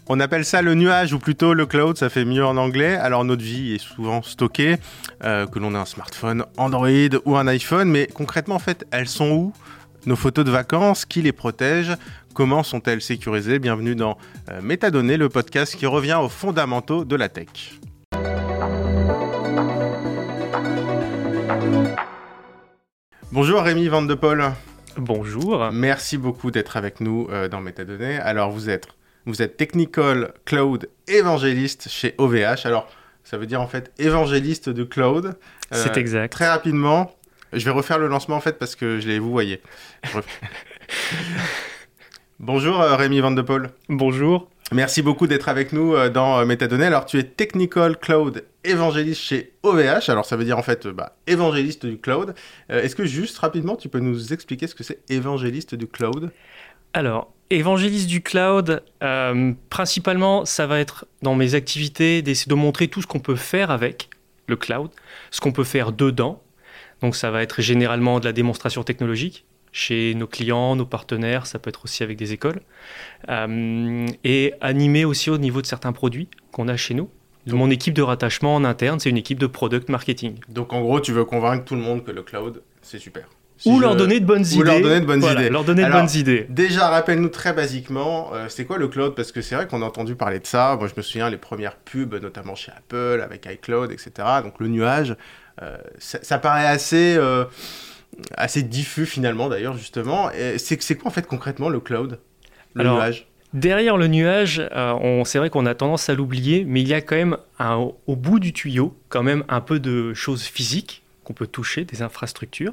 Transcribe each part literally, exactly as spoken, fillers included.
On appelle ça le nuage ou plutôt le cloud, ça fait mieux en anglais. Alors notre vie est souvent stockée, euh, que l'on ait un smartphone, Android ou un iPhone, mais concrètement en fait, elles sont où ? Nos photos de vacances, qui les protège ? Comment sont-elles sécurisées ? Bienvenue dans euh, Métadonnées, le podcast qui revient aux fondamentaux de la tech. Bonjour Rémi Van de Poel. Bonjour. Merci beaucoup d'être avec nous euh, dans Métadonnées. Alors vous êtes, vous êtes Technical Cloud évangéliste chez O V H. Alors ça veut dire en fait évangéliste de cloud. Euh, C'est exact. Très rapidement, je vais refaire le lancement en fait parce que je l'ai vous voyez. Bonjour euh, Rémi Van de Poel. Bonjour. Merci beaucoup d'être avec nous euh, dans euh, Métadonnées. Alors tu es Technical Cloud évangéliste chez O V H. Alors ça veut dire en fait euh, bah, évangéliste du cloud. Euh, est-ce que juste rapidement tu peux nous expliquer ce que c'est évangéliste du cloud ? Alors, évangéliste du cloud, euh, principalement ça va être dans mes activités d'essayer de montrer tout ce qu'on peut faire avec le cloud, ce qu'on peut faire dedans. Donc ça va être généralement de la démonstration technologique chez nos clients, nos partenaires, ça peut être aussi avec des écoles, euh, et animé aussi au niveau de certains produits qu'on a chez nous. Donc, mon équipe de rattachement en interne, c'est une équipe de product marketing. Donc en gros, tu veux convaincre tout le monde que le cloud, c'est super. Si ou je... leur donner de bonnes idées. Ou leur donner de bonnes voilà, idées. Leur donner Alors, de bonnes idées. Déjà, rappelle-nous très basiquement, euh, c'est quoi le cloud ? Parce que c'est vrai qu'on a entendu parler de ça. Moi, je me souviens les premières pubs, notamment chez Apple, avec iCloud, et cetera. Donc le nuage, euh, ça, ça paraît assez... Euh, assez diffus finalement d'ailleurs justement. Et c'est, c'est quoi en fait concrètement le cloud, le Alors, nuage ? Derrière le nuage, euh, on, c'est vrai qu'on a tendance à l'oublier, mais il y a quand même un, au bout du tuyau quand même un peu de choses physiques qu'on peut toucher, des infrastructures.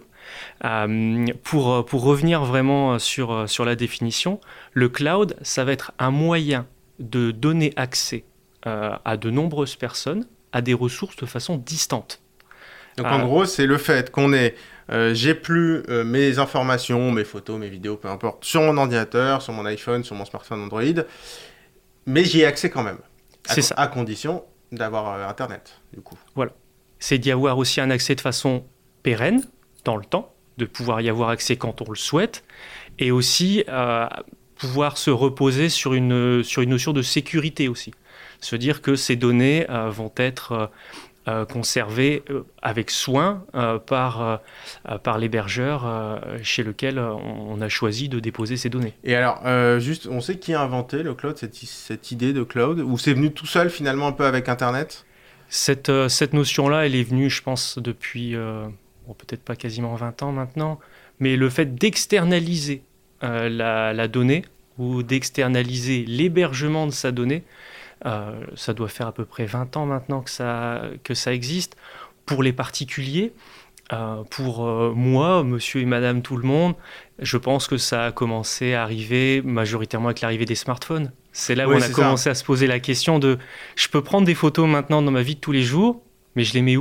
Euh, pour, pour revenir vraiment sur, sur la définition, le cloud, ça va être un moyen de donner accès euh, à de nombreuses personnes à des ressources de façon distante. Donc euh, en gros, c'est le fait qu'on ait Euh, j'ai plus euh, mes informations, mes photos, mes vidéos, peu importe, sur mon ordinateur, sur mon iPhone, sur mon smartphone Android, mais j'y ai accès quand même. À, C'est ça. À condition d'avoir euh, Internet, du coup. Voilà. C'est d'y avoir aussi un accès de façon pérenne, dans le temps, de pouvoir y avoir accès quand on le souhaite, et aussi euh, pouvoir se reposer sur une, sur une notion de sécurité aussi. Se dire que ces données euh, vont être... Euh, Euh, conservé euh, avec soin euh, par, euh, par l'hébergeur euh, chez lequel euh, on a choisi de déposer ces données. Et alors, euh, juste, on sait qui a inventé le cloud, cette, cette idée de cloud, ou c'est venu tout seul finalement un peu avec Internet ? Cette, euh, cette notion-là, elle est venue, je pense, depuis, euh, bon, peut-être pas quasiment vingt ans maintenant, mais le fait d'externaliser euh, la, la donnée ou d'externaliser l'hébergement de sa donnée, Euh, ça doit faire à peu près vingt ans maintenant que ça, que ça existe. Pour les particuliers, euh, pour euh, moi, monsieur et madame tout le monde, je pense que ça a commencé à arriver majoritairement avec l'arrivée des smartphones. C'est là où oui, on a commencé ça. à se poser la question de « je peux prendre des photos maintenant dans ma vie de tous les jours, mais je les mets où ?»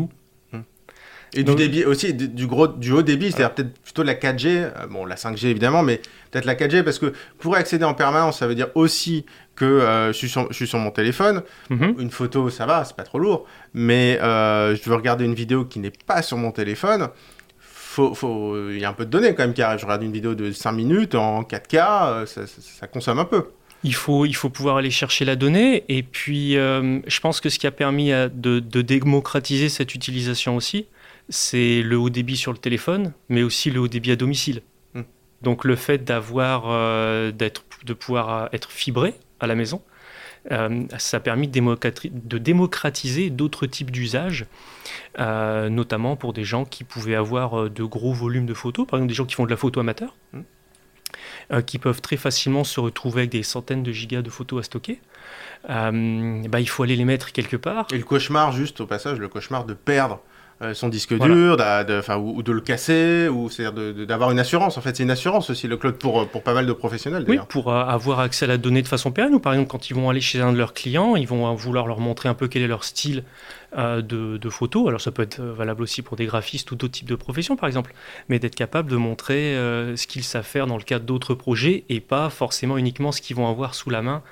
Et Donc, du débit aussi, du, du, gros, du haut débit, c'est-à-dire peut-être plutôt la quatre G, euh, bon la cinq G évidemment, mais peut-être la quatre G parce que pour accéder en permanence, ça veut dire aussi que euh, je, suis sur, je suis sur mon téléphone, mm-hmm. Une photo ça va, c'est pas trop lourd, mais euh, je veux regarder une vidéo qui n'est pas sur mon téléphone, faut, faut, il y a un peu de données quand même qui arrivent, je regarde une vidéo de cinq minutes en quatre K, euh, ça, ça, ça consomme un peu. Il faut, il faut pouvoir aller chercher la donnée et puis euh, je pense que ce qui a permis à, de, de démocratiser cette utilisation aussi, c'est le haut débit sur le téléphone, mais aussi le haut débit à domicile. Mmh. Donc le fait d'avoir, euh, d'être, de pouvoir être fibré à la maison, euh, ça a permis de, démocrati- de démocratiser d'autres types d'usages, euh, notamment pour des gens qui pouvaient avoir de gros volumes de photos, par exemple des gens qui font de la photo amateur, mmh. euh, qui peuvent très facilement se retrouver avec des centaines de gigas de photos à stocker. Euh, bah, il faut aller les mettre quelque part. Et le cauchemar, juste au passage, le cauchemar de perdre son disque dur, voilà. de, de, ou, ou de le casser, ou c'est-à-dire de, de, d'avoir une assurance. En fait, c'est une assurance aussi, le cloud, pour, pour pas mal de professionnels, d'ailleurs. Oui, pour avoir accès à la donnée de façon pérenne, ou par exemple, quand ils vont aller chez un de leurs clients, ils vont vouloir leur montrer un peu quel est leur style euh, de, de photo. Alors, ça peut être valable aussi pour des graphistes ou d'autres types de professions, par exemple, mais d'être capable de montrer euh, ce qu'ils savent faire dans le cadre d'autres projets, et pas forcément uniquement ce qu'ils vont avoir sous la main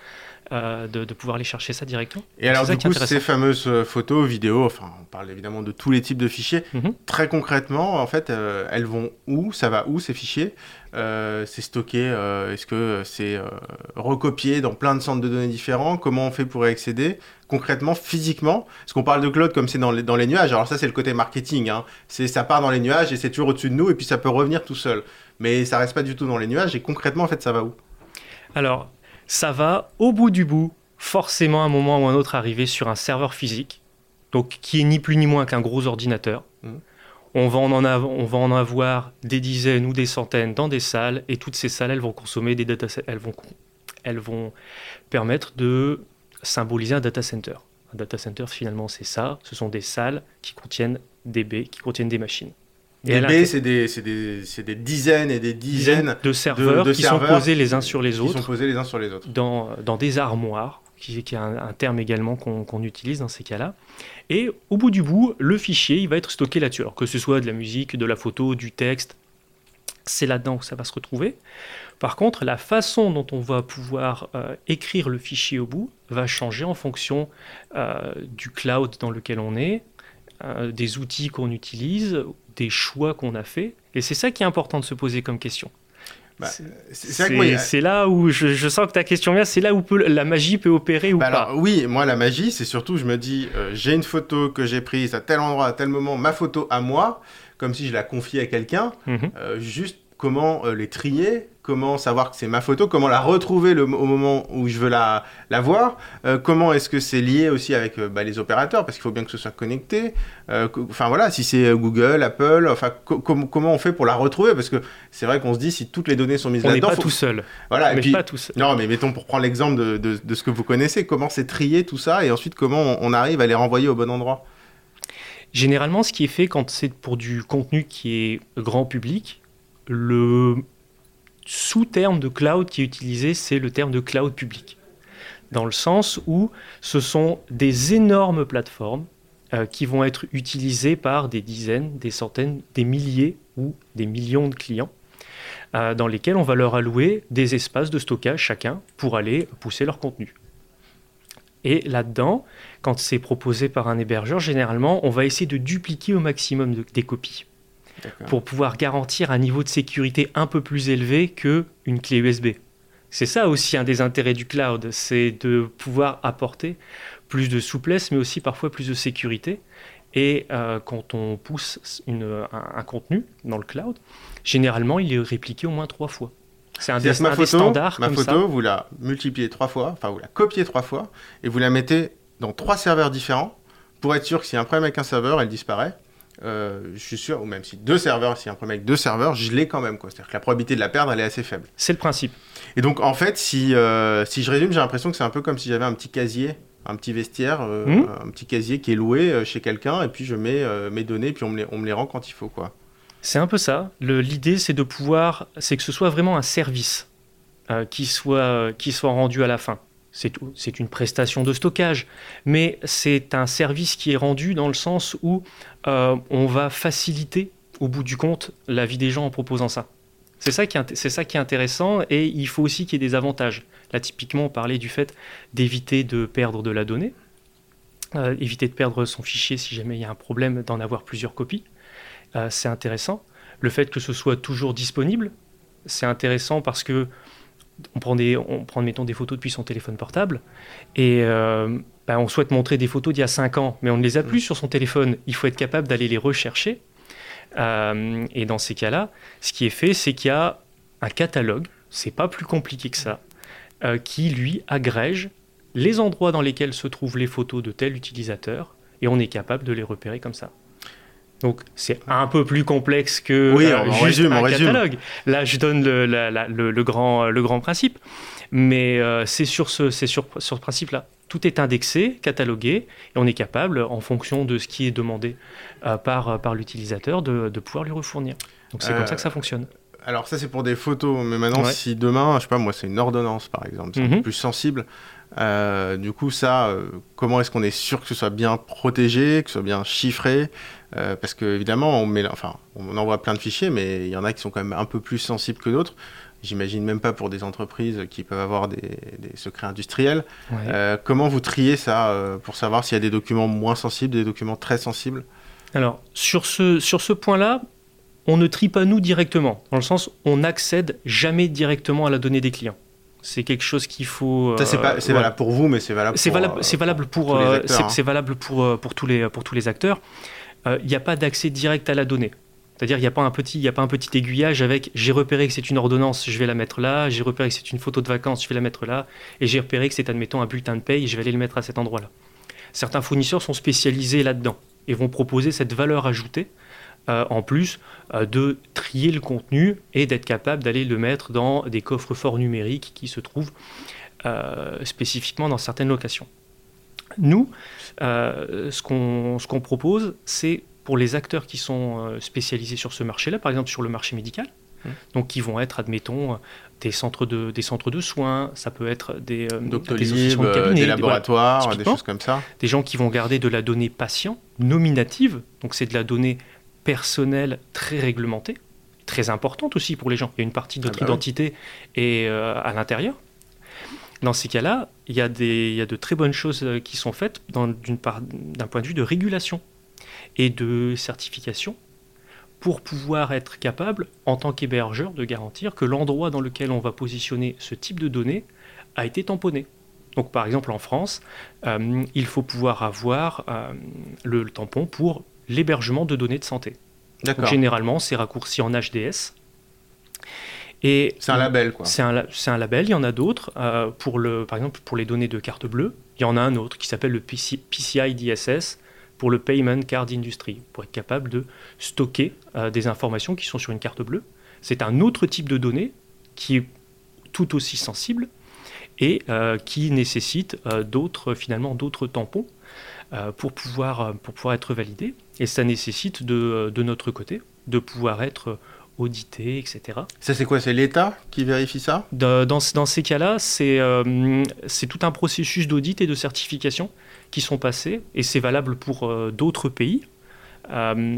euh, de, de pouvoir aller chercher ça directement. Et alors du coup, ces fameuses photos, vidéos, enfin, on parle évidemment de tous les types de fichiers. Mm-hmm. Très concrètement, en fait, euh, elles vont où? Ça va où ces fichiers? euh, C'est stocké? euh, Est-ce que c'est euh, recopié dans plein de centres de données différents? Comment on fait pour y accéder? Concrètement, physiquement, parce qu'on parle de cloud comme c'est dans les, dans les nuages. Alors ça, c'est le côté marketing. Hein. C'est, ça part dans les nuages et c'est toujours au-dessus de nous et puis ça peut revenir tout seul. Mais ça reste pas du tout dans les nuages. Et concrètement, en fait, ça va où? Alors, ça va au bout du bout, forcément à un moment ou un autre arriver sur un serveur physique, donc qui est ni plus ni moins qu'un gros ordinateur. Mmh. On va, en av- on va en avoir des dizaines ou des centaines dans des salles, et toutes ces salles, elles vont consommer des datasets, elles vont, elles vont permettre de symboliser un data center. Un data center, finalement, c'est ça, ce sont des salles qui contiennent des baies, qui contiennent des machines. Des baies, c'est des, c'est, des, c'est des dizaines et des dizaines de serveurs, de, de qui serveurs sont posés les uns sur les autres, qui sont posés les uns sur les autres. Dans, dans des armoires, qui, qui est un, un terme également qu'on, qu'on utilise dans ces cas-là. Et au bout du bout, le fichier, il va être stocké là-dessus. Alors que ce soit de la musique, de la photo, du texte, c'est là-dedans que ça va se retrouver. Par contre, la façon dont on va pouvoir euh, écrire le fichier au bout va changer en fonction euh, du cloud dans lequel on est, euh, des outils qu'on utilise, des choix qu'on a fait. Et c'est ça qui est important de se poser comme question. Bah, c'est, c'est, c'est, moi, c'est là où je, je sens que ta question vient, c'est là où peut, la magie peut opérer ou bah pas. Alors, oui, moi la magie, c'est surtout, je me dis, euh, j'ai une photo que j'ai prise à tel endroit, à tel moment, ma photo à moi, comme si je la confiais à quelqu'un, mm-hmm. euh, juste comment euh, les trier, comment savoir que c'est ma photo, comment la retrouver le, au moment où je veux la, la voir, euh, comment est-ce que c'est lié aussi avec euh, bah, les opérateurs, parce qu'il faut bien que ce soit connecté, euh, enfin voilà, si c'est Google, Apple, enfin co- com- comment on fait pour la retrouver, parce que c'est vrai qu'on se dit, si toutes les données sont mises on là-dedans... On n'est pas faut... tout seul. Voilà, on et puis, pas tout seul. Non, mais mettons, pour prendre l'exemple de, de, de ce que vous connaissez, comment c'est trié tout ça, et ensuite comment on, on arrive à les renvoyer au bon endroit? Généralement, ce qui est fait quand c'est pour du contenu qui est grand public, le sous-terme de cloud qui est utilisé, c'est le terme de cloud public. Dans le sens où ce sont des énormes plateformes euh, qui vont être utilisées par des dizaines, des centaines, des milliers ou des millions de clients, euh, dans lesquels on va leur allouer des espaces de stockage chacun pour aller pousser leur contenu. Et là-dedans, quand c'est proposé par un hébergeur, généralement, on va essayer de dupliquer au maximum de, des copies. D'accord. Pour pouvoir garantir un niveau de sécurité un peu plus élevé qu'une clé U S B. C'est ça aussi un des intérêts du cloud, c'est de pouvoir apporter plus de souplesse, mais aussi parfois plus de sécurité. Et euh, quand on pousse une, un, un contenu dans le cloud, généralement, il est répliqué au moins trois fois. C'est un, des, ma un photo, des standards ma comme photo, ça. Vous la multipliez trois fois, enfin vous la copiez trois fois, et vous la mettez dans trois serveurs différents, pour être sûr que s'il y a un problème avec un serveur, elle disparaît. Euh, je suis sûr, ou même si deux serveurs, s'il y a un problème avec deux serveurs, je l'ai quand même, quoi. C'est-à-dire que la probabilité de la perdre, elle est assez faible. C'est le principe. Et donc, en fait, si, euh, si je résume, j'ai l'impression que c'est un peu comme si j'avais un petit casier, un petit vestiaire, euh, mmh. un petit casier qui est loué euh, chez quelqu'un, et puis je mets euh, mes données, puis on me, les, on me les rend quand il faut, quoi. C'est un peu ça. Le, l'idée, c'est de pouvoir, c'est que ce soit vraiment un service euh, qui soit, qui soit rendu à la fin. C'est, c'est une prestation de stockage, mais c'est un service qui est rendu dans le sens où euh, on va faciliter, au bout du compte, la vie des gens en proposant ça. C'est ça qui est, c'est ça qui est intéressant, et il faut aussi qu'il y ait des avantages. Là, typiquement, on parlait du fait d'éviter de perdre de la donnée, euh, éviter de perdre son fichier si jamais il y a un problème, d'en avoir plusieurs copies. Euh, c'est intéressant. Le fait que ce soit toujours disponible, c'est intéressant parce que On prend, des, on prend, mettons, des photos depuis son téléphone portable et euh, ben, on souhaite montrer des photos d'il y a cinq ans, mais on ne les a plus sur son téléphone. Il faut être capable d'aller les rechercher. Euh, et dans ces cas-là, ce qui est fait, c'est qu'il y a un catalogue, c'est pas plus compliqué que ça, euh, qui, lui, agrège les endroits dans lesquels se trouvent les photos de tel utilisateur et on est capable de les repérer comme ça. Donc, c'est un peu plus complexe que oui, euh, on juste résume, un on catalogue. résume. Là, je donne le, la, la, le, le, grand, le grand principe. Mais euh, c'est, sur ce, c'est sur, sur ce principe-là. Tout est indexé, catalogué, et on est capable, en fonction de ce qui est demandé euh, par, par l'utilisateur, de, de pouvoir lui refournir. Donc, c'est euh, comme ça que ça fonctionne. Alors, ça, c'est pour des photos. Mais maintenant, ouais. si demain, je sais pas, moi, c'est une ordonnance, par exemple, c'est mm-hmm. un peu plus sensible. Euh, du coup, ça, euh, comment est-ce qu'on est sûr que ce soit bien protégé, que ce soit bien chiffré euh, parce qu'évidemment, on, met, enfin, on envoie plein de fichiers, mais il y en a qui sont quand même un peu plus sensibles que d'autres. j'imagine même pas pour des entreprises qui peuvent avoir des, des secrets industriels. Ouais. Euh, comment vous triez ça euh, pour savoir s'il y a des documents moins sensibles, des documents très sensibles? Alors, sur ce, sur ce point-là, on ne trie pas nous directement, dans le sens on n'accède jamais directement à la donnée des clients. C'est quelque chose qu'il faut... Ça, c'est, pas, c'est voilà. valable pour vous, mais c'est valable c'est pour, valable, euh, c'est valable pour, pour tous les euh, acteurs. c'est, hein. c'est valable pour, pour, tous les, pour tous les acteurs. Il euh, n'y a pas d'accès direct à la donnée. C'est-à-dire qu'il n'y a pas un petit, il y a pas un petit aiguillage avec j'ai repéré que c'est une ordonnance, je vais la mettre là, j'ai repéré que c'est une photo de vacances, je vais la mettre là, et j'ai repéré que c'est, admettons, un bulletin de paye, je vais aller le mettre à cet endroit-là. Certains fournisseurs sont spécialisés là-dedans et vont proposer cette valeur ajoutée, euh, en plus euh, de trier le contenu et d'être capable d'aller le mettre dans des coffres-forts numériques qui se trouvent euh, spécifiquement dans certaines locations. Nous, euh, ce qu'on, ce qu'on propose, c'est pour les acteurs qui sont euh, spécialisés sur ce marché-là, par exemple sur le marché médical, mmh. donc qui vont être, admettons, des centres de, des centres de soins, ça peut être des, euh, Doctolib, des associations de cabinet, des laboratoires, voilà, des choses comme ça. Des gens qui vont garder de la donnée patient nominative, donc c'est de la donnée personnelle très réglementée, très importante aussi pour les gens. Il y a une partie de notre ah bah identité oui. et, euh, à l'intérieur. Dans ces cas-là, il y a des, il y a de très bonnes choses qui sont faites dans, d'une part, d'un point de vue de régulation et de certification pour pouvoir être capable, en tant qu'hébergeur, de garantir que l'endroit dans lequel on va positionner ce type de données a été tamponné. Donc par exemple en France, euh, il faut pouvoir avoir euh, le, le tampon pour l'hébergement de données de santé. D'accord. Donc, généralement, c'est raccourci en H D S. Et c'est un label, quoi. C'est un, c'est un label, il y en a d'autres. Euh, pour le, par exemple, pour les données de carte bleue, il y en a un autre qui s'appelle le P C I D S S pour le Payment Card Industry, pour être capable de stocker euh, des informations qui sont sur une carte bleue. C'est un autre type de données qui est tout aussi sensible et euh, qui nécessite euh, d'autres, finalement, d'autres tampons euh, pour pouvoir, pour pouvoir être validé. Et ça nécessite de, de notre côté de pouvoir être audité, et cetera. Ça, c'est quoi? C'est l'État qui vérifie ça? de, dans, dans ces cas-là, c'est, euh, c'est tout un processus d'audit et de certification qui sont passés, et c'est valable pour euh, d'autres pays euh,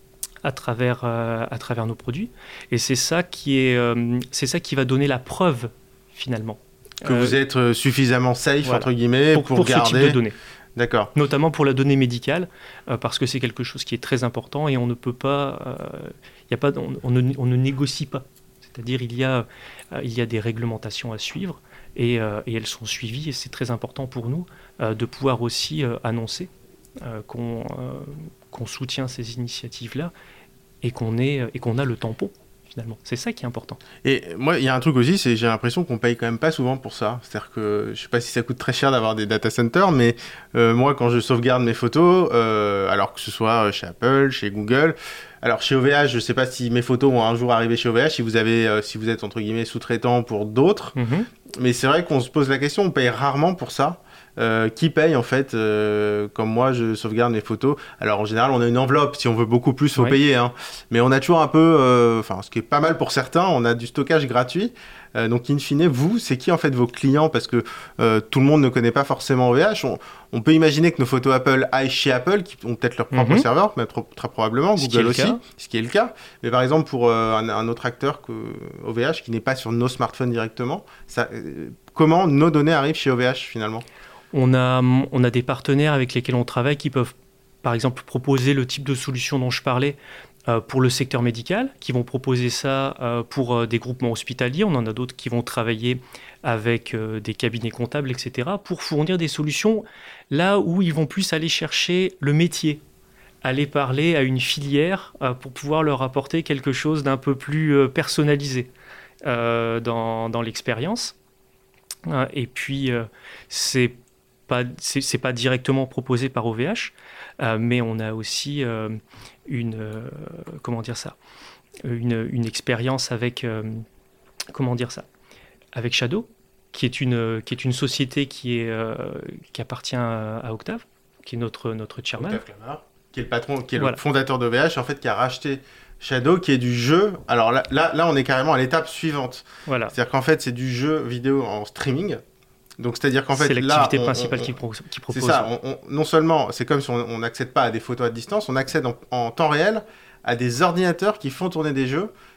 à, travers, euh, à travers nos produits. Et c'est ça qui, est, euh, c'est ça qui va donner la preuve, finalement. Que euh, vous êtes suffisamment safe, voilà, entre guillemets, pour, pour, pour garder... ce type de données. D'accord. Notamment pour la donnée médicale, euh, parce que c'est quelque chose qui est très important et on ne peut pas, euh, y a pas on, on, ne, on ne négocie pas. C'est-à-dire il y a, euh, il y a des réglementations à suivre et, euh, et elles sont suivies et c'est très important pour nous euh, de pouvoir aussi euh, annoncer euh, qu'on, euh, qu'on soutient ces initiatives-là et qu'on, est, et qu'on a le tampon. Finalement. C'est ça qui est important. Et moi, il y a un truc aussi, c'est j'ai l'impression qu'on paye quand même pas souvent pour ça. C'est-à-dire que je sais pas si ça coûte très cher d'avoir des data centers, mais euh, moi, quand je sauvegarde mes photos, euh, alors que ce soit chez Apple, chez Google, alors chez O V H, je sais pas si mes photos vont un jour arriver chez O V H, si vous avez, euh, si vous êtes entre guillemets sous-traitant pour d'autres, mm-hmm. mais c'est vrai qu'on se pose la question, on paye rarement pour ça. Euh, qui paye en fait euh, comme moi je sauvegarde mes photos. Alors en général on a une enveloppe, si on veut beaucoup plus faut ouais. payer hein. Mais on a toujours un peu enfin euh, ce qui est pas mal pour certains, on a du stockage gratuit, euh, donc in fine vous c'est qui en fait vos clients, parce que euh, tout le monde ne connaît pas forcément O V H. On, on peut imaginer que nos photos Apple aillent chez Apple qui ont peut-être leur propre mm-hmm. serveur, mais trop, très probablement ce Google aussi, ce qui est le cas. Mais par exemple pour euh, un, un autre acteur que O V H qui n'est pas sur nos smartphones directement, ça, euh, comment nos données arrivent chez O V H finalement? On a, on a des partenaires avec lesquels on travaille qui peuvent, par exemple, proposer le type de solution dont je parlais euh, pour le secteur médical, qui vont proposer ça euh, pour euh, des groupements hospitaliers. On en a d'autres qui vont travailler avec euh, des cabinets comptables, et cetera, pour fournir des solutions là où ils vont plus aller chercher le métier, aller parler à une filière euh, pour pouvoir leur apporter quelque chose d'un peu plus euh, personnalisé euh, dans, dans l'expérience. Euh, et puis, euh, c'est Pas, c'est, c'est pas directement proposé par O V H, euh, mais on a aussi euh, une, euh, comment dire ça, une, une expérience avec, euh, comment dire ça, avec Shadow, qui est une, qui est une société qui, est, euh, qui appartient à, à Octave, qui est notre, notre chairman. Octave Clamart, qui est le patron, qui est voilà. le fondateur d'O V H, en fait, qui a racheté Shadow, qui est du jeu. Alors là, là, là on est carrément à l'étape suivante. Voilà. C'est-à-dire qu'en fait, c'est du jeu vidéo en streaming. Donc, c'est-à-dire qu'en fait, c'est l'activité là, on, principale on, on, qui, pro, qui propose. C'est ça. On, on, non seulement, c'est comme si on n'accède pas à des photos à distance, on accède en, en temps réel à des ordinateurs qui font tourner des jeux.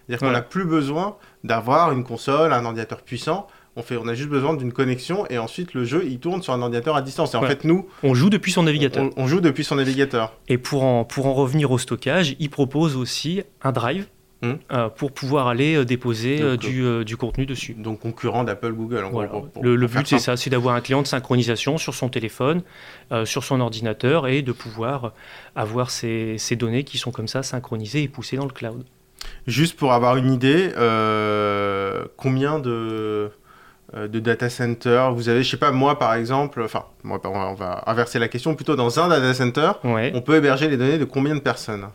C'est-à-dire qu'on Voilà. n'a plus besoin d'avoir une console, un ordinateur puissant. On, fait, on a juste besoin d'une connexion et ensuite le jeu il tourne sur un ordinateur à distance. Et en Ouais. fait, nous, On joue depuis son navigateur. on, on joue depuis son navigateur. Et pour en, pour en revenir au stockage, il propose aussi un drive Mmh. euh, pour pouvoir aller euh, déposer euh, Donc, du, euh, du contenu dessus. Donc concurrent d'Apple, Google. En Voilà. gros, pour- pour- le le pour faire but, c'est simple. ça, c'est d'avoir un client de synchronisation sur son téléphone, euh, sur son ordinateur, et de pouvoir avoir ces, ces données qui sont comme ça synchronisées et poussées dans le cloud. Juste pour avoir une idée, euh, combien de, euh, de data centers vous avez? Je sais pas, moi par exemple, enfin, moi, on va, on va inverser la question, plutôt dans un data center, Ouais. on peut héberger les données de combien de personnes?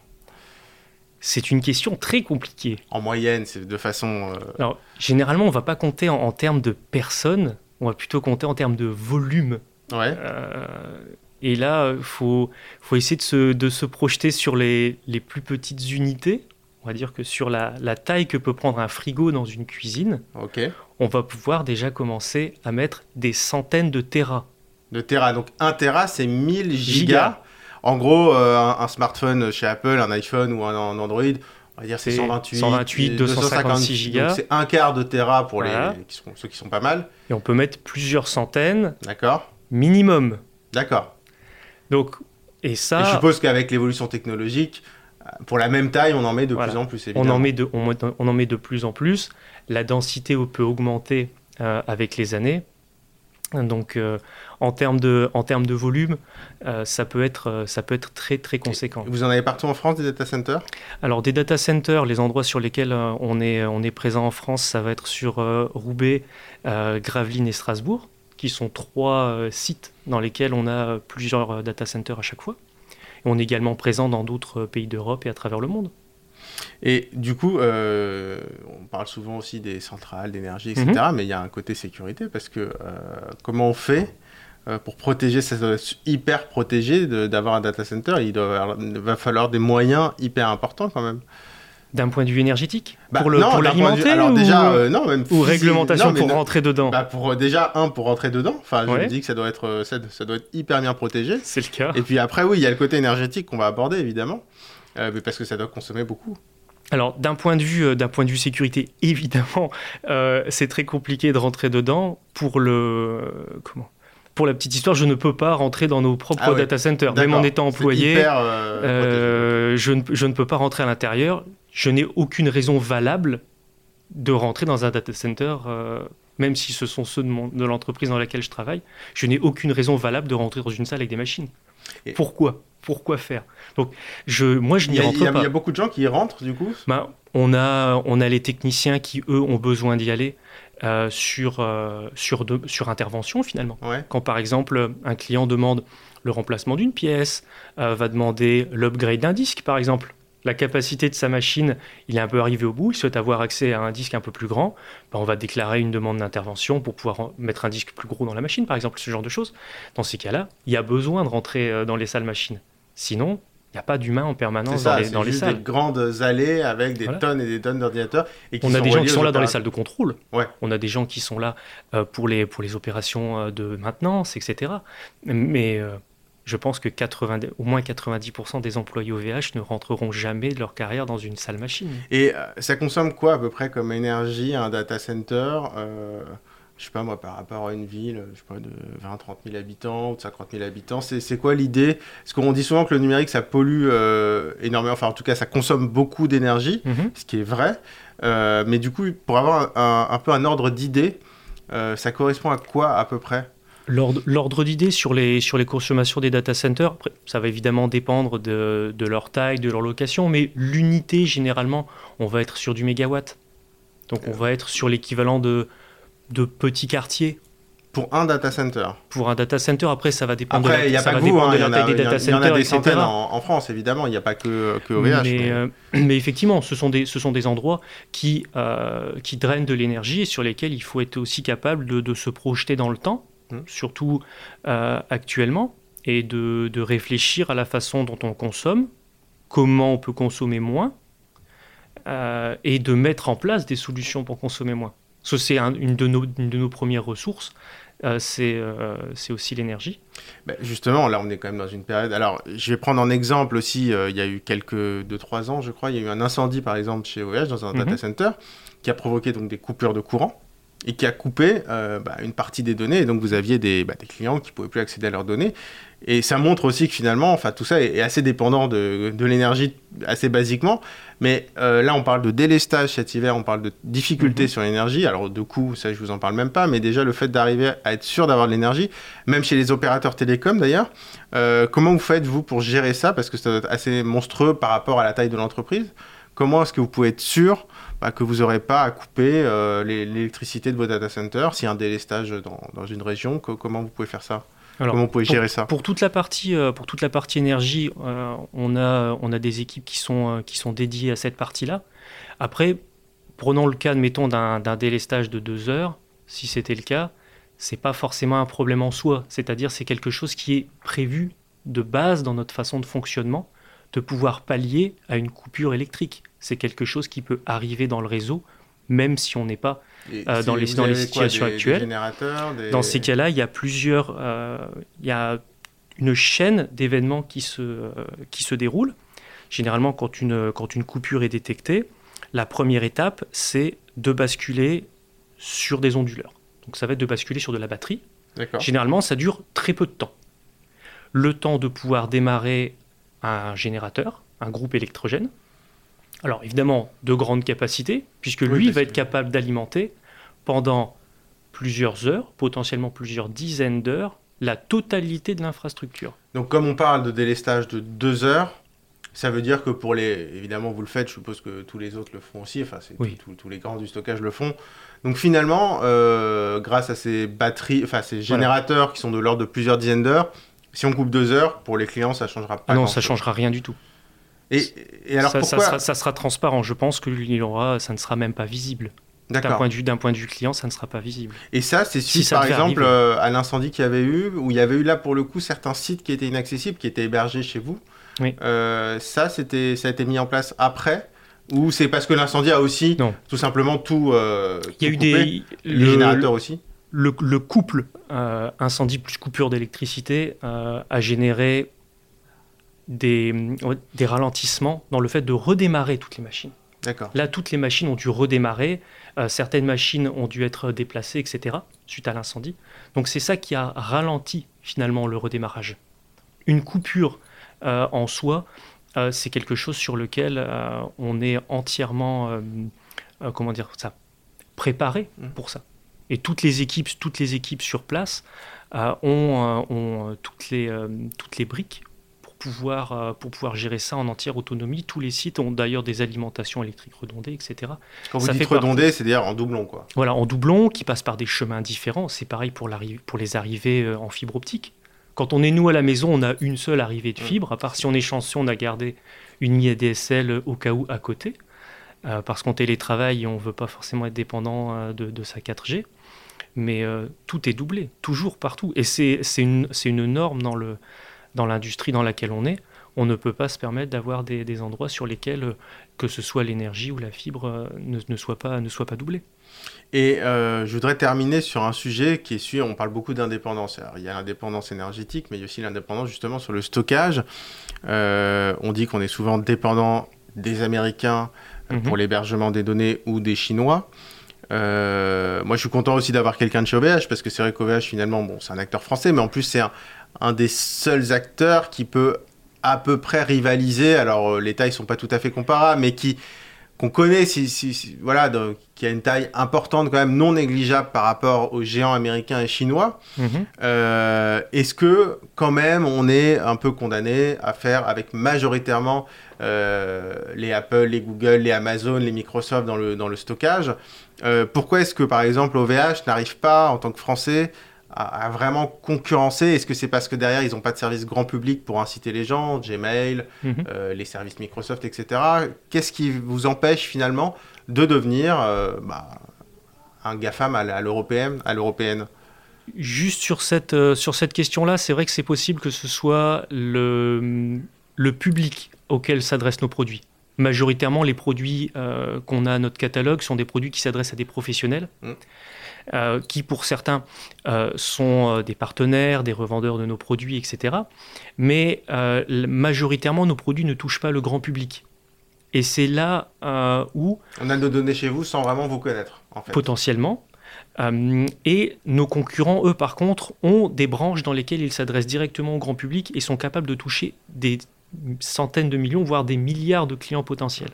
C'est une question très compliquée. En moyenne, c'est de façon... euh, Alors, généralement, on ne va pas compter en, en termes de personnes, on va plutôt compter en termes de volume. Ouais, Euh, et là, il faut, faut essayer de se, de se projeter sur les, les plus petites unités. On va dire que sur la, la taille que peut prendre un frigo dans une cuisine, ok. on va pouvoir déjà commencer à mettre des centaines de téras. De Tera, donc un Tera, c'est mille gigas. Gigas. En gros, euh, un, un smartphone chez Apple, un iPhone ou un, un Android, on va dire c'est C'est cent vingt-huit, cent vingt-huit, deux cent cinquante-six gigas. Donc c'est un quart de Tera pour Voilà. les, qui sont, ceux qui sont pas mal. Et on peut mettre plusieurs centaines D'accord. minimum. D'accord. Donc, et ça, Et je suppose qu'avec l'évolution technologique, euh, pour la même taille, on en met de Voilà. plus en plus, on évidemment. en, met de, on, on en met de plus en plus. La densité peut augmenter euh, avec les années. Donc, euh, en termes de, en termes de volume, euh, ça, peut être, euh, ça peut être très, très conséquent. Vous en avez partout en France, des data centers? Alors, des data centers, les endroits sur lesquels euh, on, est, on est présent en France, ça va être sur euh, Roubaix, euh, Gravelines et Strasbourg, qui sont trois euh, sites dans lesquels on a plusieurs euh, data centers à chaque fois. Et on est également présent dans d'autres pays d'Europe et à travers le monde. Et du coup, euh, on parle souvent aussi des centrales, d'énergie, et cetera. Mm-hmm. Mais il y a un côté sécurité parce que euh, comment on fait euh, pour protéger, ça doit être hyper protégé de, d'avoir un data center. Il, doit avoir, il va falloir des moyens hyper importants quand même. D'un point de vue énergétique bah, Pour, le, non, pour l'alimenter vue, alors ou, déjà, euh, non, même ou physique, réglementation non, pour non, rentrer dedans bah pour, Déjà, un, pour rentrer dedans. Enfin, je ouais. me dis que ça doit, être, ça, ça doit être hyper bien protégé. C'est le cas. Et puis après, oui, il y a le côté énergétique qu'on va aborder, évidemment. Euh, mais parce que ça doit consommer beaucoup. Alors, d'un point de vue, euh, d'un point de vue sécurité, évidemment, euh, c'est très compliqué de rentrer dedans. Pour le... Euh, comment Pour la petite histoire, je ne peux pas rentrer dans nos propres ah ouais. data centers. D'accord. Même en étant employé, hyper, euh, euh, je, ne, je ne peux pas rentrer à l'intérieur. Je n'ai aucune raison valable de rentrer dans un data center, euh, même si ce sont ceux de, mon, de l'entreprise dans laquelle je travaille. Je n'ai aucune raison valable de rentrer dans une salle avec des machines. Et Pourquoi Pourquoi faire? Donc, je, moi, je n'y y a, rentre y a, pas. Il y a beaucoup de gens qui y rentrent, du coup ben, on, a, on a les techniciens qui, eux, ont besoin d'y aller euh, sur, euh, sur, de, sur intervention, finalement. Ouais. Quand, par exemple, un client demande le remplacement d'une pièce, euh, va demander l'upgrade d'un disque, par exemple. La capacité de sa machine, il est un peu arrivé au bout, il souhaite avoir accès à un disque un peu plus grand, ben on va déclarer une demande d'intervention pour pouvoir mettre un disque plus gros dans la machine, par exemple, ce genre de choses. Dans ces cas-là, il y a besoin de rentrer dans les salles machines. Sinon, il n'y a pas d'humain en permanence ça, dans les, dans les salles. C'est des grandes allées avec des voilà. tonnes et des tonnes d'ordinateurs. Et qui on a sont des gens qui sont là opéra... dans les salles de contrôle. Ouais. On a des gens qui sont là euh, pour, les, pour les opérations de maintenance, et cetera. Mais... Euh, je pense que quatre-vingts, au moins quatre-vingt-dix pour cent des employés O V H ne rentreront jamais de leur carrière dans une salle machine. Et euh, ça consomme quoi à peu près comme énergie un data center euh, je sais pas moi, par rapport à une ville, je sais pas, de vingt à trente mille habitants ou de cinquante mille habitants, c'est, c'est quoi l'idée? Parce qu'on dit souvent que le numérique, ça pollue euh, énormément, enfin en tout cas, ça consomme beaucoup d'énergie, mm-hmm. ce qui est vrai. Euh, mais du coup, pour avoir un, un, un peu un ordre d'idée, euh, ça correspond à quoi à peu près? L'ordre, l'ordre d'idée sur les, sur les consommations des data centers, après, ça va évidemment dépendre de, de leur taille, de leur location, mais l'unité, généralement, on va être sur du mégawatt. Donc on va être sur l'équivalent de, de petits quartiers. Pour un data center. Pour un data center, après, ça va dépendre après, de la, ça va vous, dépendre hein, de la taille a, des data centers, il y en a des et cetera. centaines en, en France, évidemment, il n'y a pas que, que O V H. Mais, mais... Euh, mais effectivement, ce sont des, ce sont des endroits qui, euh, qui drainent de l'énergie et sur lesquels il faut être aussi capable de, de se projeter dans le temps, mmh. surtout euh, actuellement, et de, de réfléchir à la façon dont on consomme, comment on peut consommer moins, euh, et de mettre en place des solutions pour consommer moins. Ça, c'est un, une, de nos, une de nos premières ressources. euh, c'est, euh, c'est aussi l'énergie. Ben justement, là, on est quand même dans une période... Alors, je vais prendre en exemple aussi, euh, il y a eu quelques deux trois ans, je crois, il y a eu un incendie, par exemple, chez O V H, dans un mm-hmm. data center, qui a provoqué donc, des coupures de courant et qui a coupé euh, bah, une partie des données. Et donc, vous aviez des, bah, des clients qui ne pouvaient plus accéder à leurs données. Et ça montre aussi que finalement, enfin, tout ça est, est assez dépendant de, de l'énergie, assez basiquement. Mais euh, là, on parle de délestage cet hiver, on parle de difficultés mm-hmm. sur l'énergie. Alors, de coût, ça, je vous en parle même pas. Mais déjà, le fait d'arriver à être sûr d'avoir de l'énergie, même chez les opérateurs télécoms d'ailleurs, euh, comment vous faites, vous, pour gérer ça? Parce que ça doit être assez monstrueux par rapport à la taille de l'entreprise. Comment est-ce que vous pouvez être sûr bah, que vous n'aurez pas à couper euh, les, l'électricité de vos data centers s'il y a un délestage dans, dans une région? que, Comment vous pouvez faire ça? Alors, comment vous pouvez pour, gérer ça? Pour toute la partie, euh, pour toute la partie énergie, euh, on, a, on a des équipes qui sont, euh, qui sont dédiées à cette partie-là. Après, prenons le cas, admettons, d'un, d'un délestage de deux heures. Si c'était le cas, ce n'est pas forcément un problème en soi. C'est-à-dire c'est quelque chose qui est prévu de base dans notre façon de fonctionnement, de pouvoir pallier à une coupure électrique. C'est quelque chose qui peut arriver dans le réseau, même si on n'est pas euh, dans, les, dans les situations quoi, des, actuelles. Des générateurs, des... Dans ces cas-là, il y a plusieurs, euh, il y a une chaîne d'événements qui se, euh, qui se déroule. Généralement, quand une, quand une coupure est détectée, la première étape, c'est de basculer sur des onduleurs. Donc ça va être de basculer sur de la batterie. D'accord. Généralement, ça dure très peu de temps. Le temps de pouvoir démarrer un générateur, un groupe électrogène. Alors évidemment, de grande capacité, puisque lui oui, va être capable d'alimenter pendant plusieurs heures, potentiellement plusieurs dizaines d'heures, la totalité de l'infrastructure. Donc comme on parle de délestage de deux heures, ça veut dire que pour les... Évidemment, vous le faites, je suppose que tous les autres le font aussi, enfin, c'est oui. tous les grands du stockage le font. Donc finalement, euh, grâce à ces batteries, enfin ces générateurs voilà. qui sont de l'ordre de plusieurs dizaines d'heures, si on coupe deux heures, pour les clients, ça ne changera pas. Ah non, ça ne changera rien du tout. Et, et alors ça, pourquoi... ça, sera, ça sera transparent. Je pense que il aura, ça ne sera même pas visible. D'un point de vue, d'un point de vue client, ça ne sera pas visible. Et ça, c'est suite, si ça par exemple, euh, à l'incendie qu'il y avait eu, où il y avait eu là, pour le coup, certains sites qui étaient inaccessibles, qui étaient hébergés chez vous. Oui. Euh, ça, c'était, ça a été mis en place après? Ou c'est parce que l'incendie a aussi, non. tout simplement, tout euh, Il y a eu coupé, des... Les le, générateurs aussi le, le couple euh, incendie plus coupure d'électricité euh, a généré des, des ralentissements dans le fait de redémarrer toutes les machines. D'accord. Là, toutes les machines ont dû redémarrer. Euh, certaines machines ont dû être déplacées, et cetera, suite à l'incendie. Donc, c'est ça qui a ralenti, finalement, le redémarrage. Une coupure euh, en soi, euh, c'est quelque chose sur lequel euh, on est entièrement, euh, euh, comment dire ça, préparé mmh. pour ça. Et toutes les équipes, toutes les équipes sur place euh, ont, euh, ont toutes, les, euh, toutes les briques Pouvoir, euh, pour pouvoir gérer ça en entière autonomie. Tous les sites ont d'ailleurs des alimentations électriques redondées, et cetera. Quand vous ça dites redondées, c'est-à-dire en doublon, quoi. Voilà, en doublon, qui passent par des chemins différents. C'est pareil pour, pour les arrivées euh, en fibre optique. Quand on est nous à la maison, on a une seule arrivée de fibre, mmh. à part si on est chanceux, on a gardé une ligne A D S L au cas où à côté, euh, parce qu'on télétravaille et on ne veut pas forcément être dépendant euh, de, de sa quatre G. Mais euh, tout est doublé, toujours, partout. Et c'est, c'est, une, c'est une norme dans le... dans l'industrie dans laquelle on est, on ne peut pas se permettre d'avoir des, des endroits sur lesquels, que ce soit l'énergie ou la fibre, ne, ne, soit, pas, ne soit pas doublée. Et euh, je voudrais terminer sur un sujet qui est celui, on parle beaucoup d'indépendance. Alors, il y a l'indépendance énergétique, mais il y a aussi l'indépendance justement sur le stockage. Euh, on dit qu'on est souvent dépendant des Américains mm-hmm. pour l'hébergement des données ou des Chinois. Euh, moi, je suis content aussi d'avoir quelqu'un de chez O V H, parce que c'est vrai qu'O V H, finalement, bon, c'est un acteur français, mais en plus, c'est un, un des seuls acteurs qui peut à peu près rivaliser. Alors, euh, les tailles ne sont pas tout à fait comparables, mais qui, qu'on connaît, si, si, si, voilà, donc, qui a une taille importante, quand même non négligeable par rapport aux géants américains et chinois. Mmh. Euh, est-ce que, quand même, on est un peu condamné à faire avec majoritairement euh, les Apple, les Google, les Amazon, les Microsoft dans le, dans le stockage? Euh, pourquoi est-ce que, par exemple, O V H n'arrive pas, en tant que Français, à, à vraiment concurrencer? Est-ce que c'est parce que derrière, ils n'ont pas de service grand public pour inciter les gens, Gmail, mm-hmm. euh, les services Microsoft, et cetera. Qu'est-ce qui vous empêche, finalement, de devenir euh, bah, un GAFAM à, à l'européenne, à l'européenne? Juste sur cette, euh, sur cette question-là, c'est vrai que c'est possible que ce soit le, le public auquel s'adressent nos produits. Majoritairement, les produits euh, qu'on a à notre catalogue sont des produits qui s'adressent à des professionnels, mmh. euh, qui pour certains euh, sont euh, des partenaires, des revendeurs de nos produits, et cetera. Mais euh, majoritairement, nos produits ne touchent pas le grand public. Et c'est là euh, où... On a nos données chez vous sans vraiment vous connaître, en fait. Potentiellement. Euh, et nos concurrents, eux, par contre, ont des branches dans lesquelles ils s'adressent directement au grand public et sont capables de toucher des centaines de millions, voire des milliards de clients potentiels.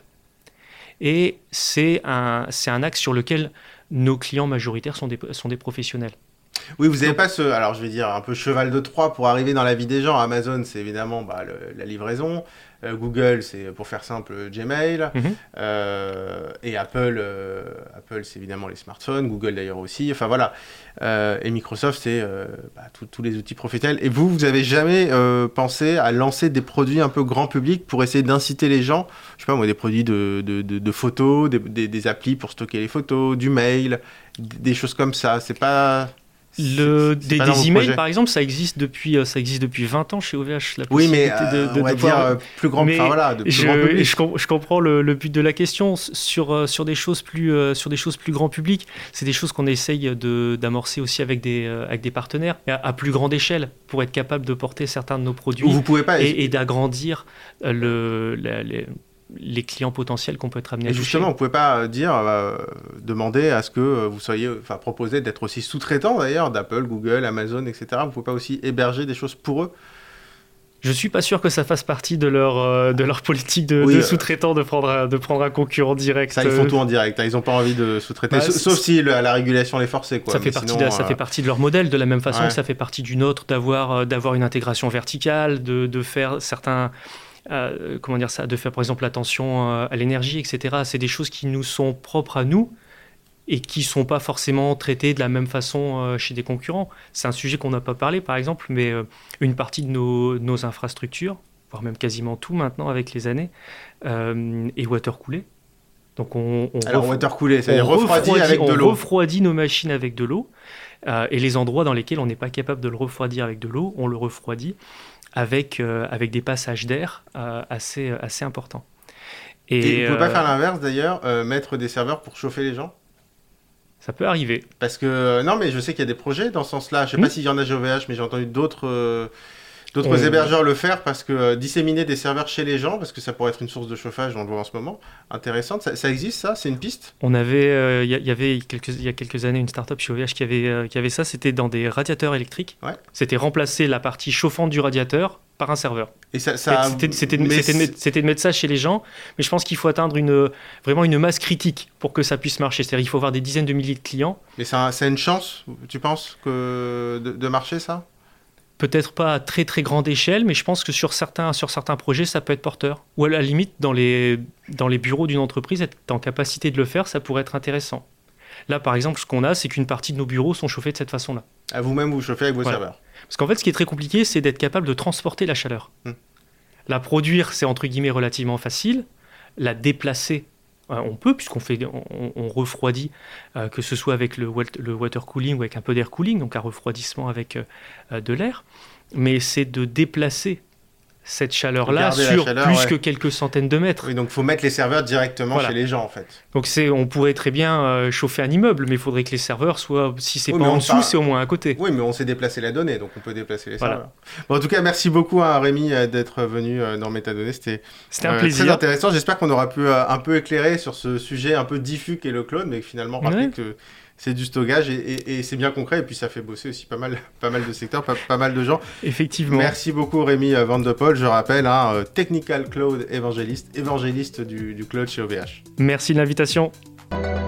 Et c'est un, c'est un axe sur lequel nos clients majoritaires sont des, sont des professionnels. Oui, vous n'avez pas ce, alors je vais dire, un peu cheval de Troie pour arriver dans la vie des gens. Amazon, c'est évidemment bah, le, la livraison. Euh, Google, c'est, pour faire simple, Gmail. Mm-hmm. Euh, et Apple, euh, Apple, c'est évidemment les smartphones. Google, d'ailleurs, aussi. Enfin, voilà. Euh, et Microsoft, c'est euh, bah, tous les outils professionnels. Et vous, vous n'avez jamais euh, pensé à lancer des produits un peu grand public pour essayer d'inciter les gens, je sais pas moi, des produits de, de, de, de photos, des, des, des applis pour stocker les photos, du mail, des choses comme ça. C'est pas... Le, c'est, c'est des des emails, par exemple, ça existe depuis, ça existe depuis vingt ans chez O V H. La oui, mais euh, de, de, on va de dire pouvoir... plus grand, mais voilà, de plus je, grand public. Je, je comprends le, le but de la question. Sur, sur, des choses plus, euh, sur des choses plus grand public, c'est des choses qu'on essaye de, d'amorcer aussi avec des, euh, avec des partenaires, à, à plus grande échelle, pour être capable de porter certains de nos produits. Vous pouvez pas, et, et d'agrandir le, la, les, les clients potentiels qu'on peut être amené à toucher. Et justement, vous ne pouvez pas dire, euh, demander à ce que vous soyez, enfin, proposer d'être aussi sous-traitant d'ailleurs d'Apple, Google, Amazon, et cetera. Vous ne pouvez pas aussi héberger des choses pour eux? Je ne suis pas sûr que ça fasse partie de leur, euh, de leur politique de, oui, de sous-traitant de prendre, de prendre un concurrent direct. Ça, ils font tout en direct. Hein. Ils n'ont pas envie de sous-traiter, bah, sauf si le, la régulation les forçait. Quoi. Ça, fait partie sinon, de, ça euh... fait partie de leur modèle, de la même façon ouais. que ça fait partie du nôtre d'avoir, d'avoir une intégration verticale, de, de faire certains... Euh, comment dire ça, de faire par exemple attention euh, à l'énergie, et cetera. C'est des choses qui nous sont propres à nous et qui ne sont pas forcément traitées de la même façon euh, chez des concurrents. C'est un sujet qu'on n'a pas parlé par exemple, mais euh, une partie de nos, nos infrastructures, voire même quasiment tout maintenant avec les années, euh, est water-coolé. Donc on, on Alors ref... water-coolé, c'est-à-dire refroidi avec de l'eau. On refroidit nos machines avec de l'eau euh, et les endroits dans lesquels on n'est pas capable de le refroidir avec de l'eau, on le refroidit avec, euh, avec des passages d'air euh, assez, assez importants. Et, et vous ne pouvez euh, pas faire l'inverse d'ailleurs, euh, mettre des serveurs pour chauffer les gens? Ça peut arriver. Parce que, non mais je sais qu'il y a des projets dans ce sens-là, je ne sais mmh. pas s'il y en a chez O V H, mais j'ai entendu d'autres... Euh... D'autres on... hébergeurs le faire parce que euh, disséminer des serveurs chez les gens, parce que ça pourrait être une source de chauffage, on le voit en ce moment, intéressante. Ça, ça existe, ça? C'est une piste? On avait, il euh, y, y avait quelques, il y a quelques années une start-up chez O V H qui avait, euh, qui avait ça, c'était dans des radiateurs électriques. Ouais. C'était remplacer la partie chauffante du radiateur par un serveur. Et ça, ça... C'était, c'était, mais c'était, c'était, c'était de mettre ça chez les gens, mais je pense qu'il faut atteindre une, vraiment une masse critique pour que ça puisse marcher. C'est-à-dire qu'il faut avoir des dizaines de milliers de clients. Mais ça, ça a une chance, tu penses, que de, de marcher, ça? Peut-être pas à très très grande échelle, mais je pense que sur certains, sur certains projets, ça peut être porteur. Ou à la limite, dans les, dans les bureaux d'une entreprise, être en capacité de le faire, ça pourrait être intéressant. Là, par exemple, ce qu'on a, c'est qu'une partie de nos bureaux sont chauffés de cette façon-là. À vous-même, vous chauffez avec vos voilà. serveurs. Parce qu'en fait, ce qui est très compliqué, c'est d'être capable de transporter la chaleur. Hum. La produire, c'est entre guillemets relativement facile. La déplacer, on peut, puisqu'on fait, on, on refroidit, euh, que ce soit avec le, le water cooling ou avec un peu d'air cooling, donc un refroidissement avec euh, de l'air. Mais c'est de déplacer cette chaleur-là sur chaleur, plus ouais. que quelques centaines de mètres. Oui, donc il faut mettre les serveurs directement voilà. chez les gens, en fait. Donc c'est, on pourrait très bien euh, chauffer un immeuble, mais il faudrait que les serveurs soient, si c'est oui, pas en dessous, part... c'est au moins à côté. Oui, mais on sait déplacer la donnée, donc on peut déplacer les voilà. serveurs. Bon, en tout cas, merci beaucoup à Rémi d'être venu dans Métadonnées. C'était, C'était un euh, plaisir. Très intéressant. J'espère qu'on aura pu euh, un peu éclairer sur ce sujet un peu diffus qu'est le cloud, mais finalement, rappeler ouais. que c'est du stockage et, et, et c'est bien concret. Et puis, ça fait bosser aussi pas mal, pas mal de secteurs, pas, pas mal de gens. Effectivement. Merci beaucoup, Rémi Van de Poel. Je rappelle, hein, Technical Cloud évangéliste, évangéliste du, du cloud chez O V H. Merci de l'invitation.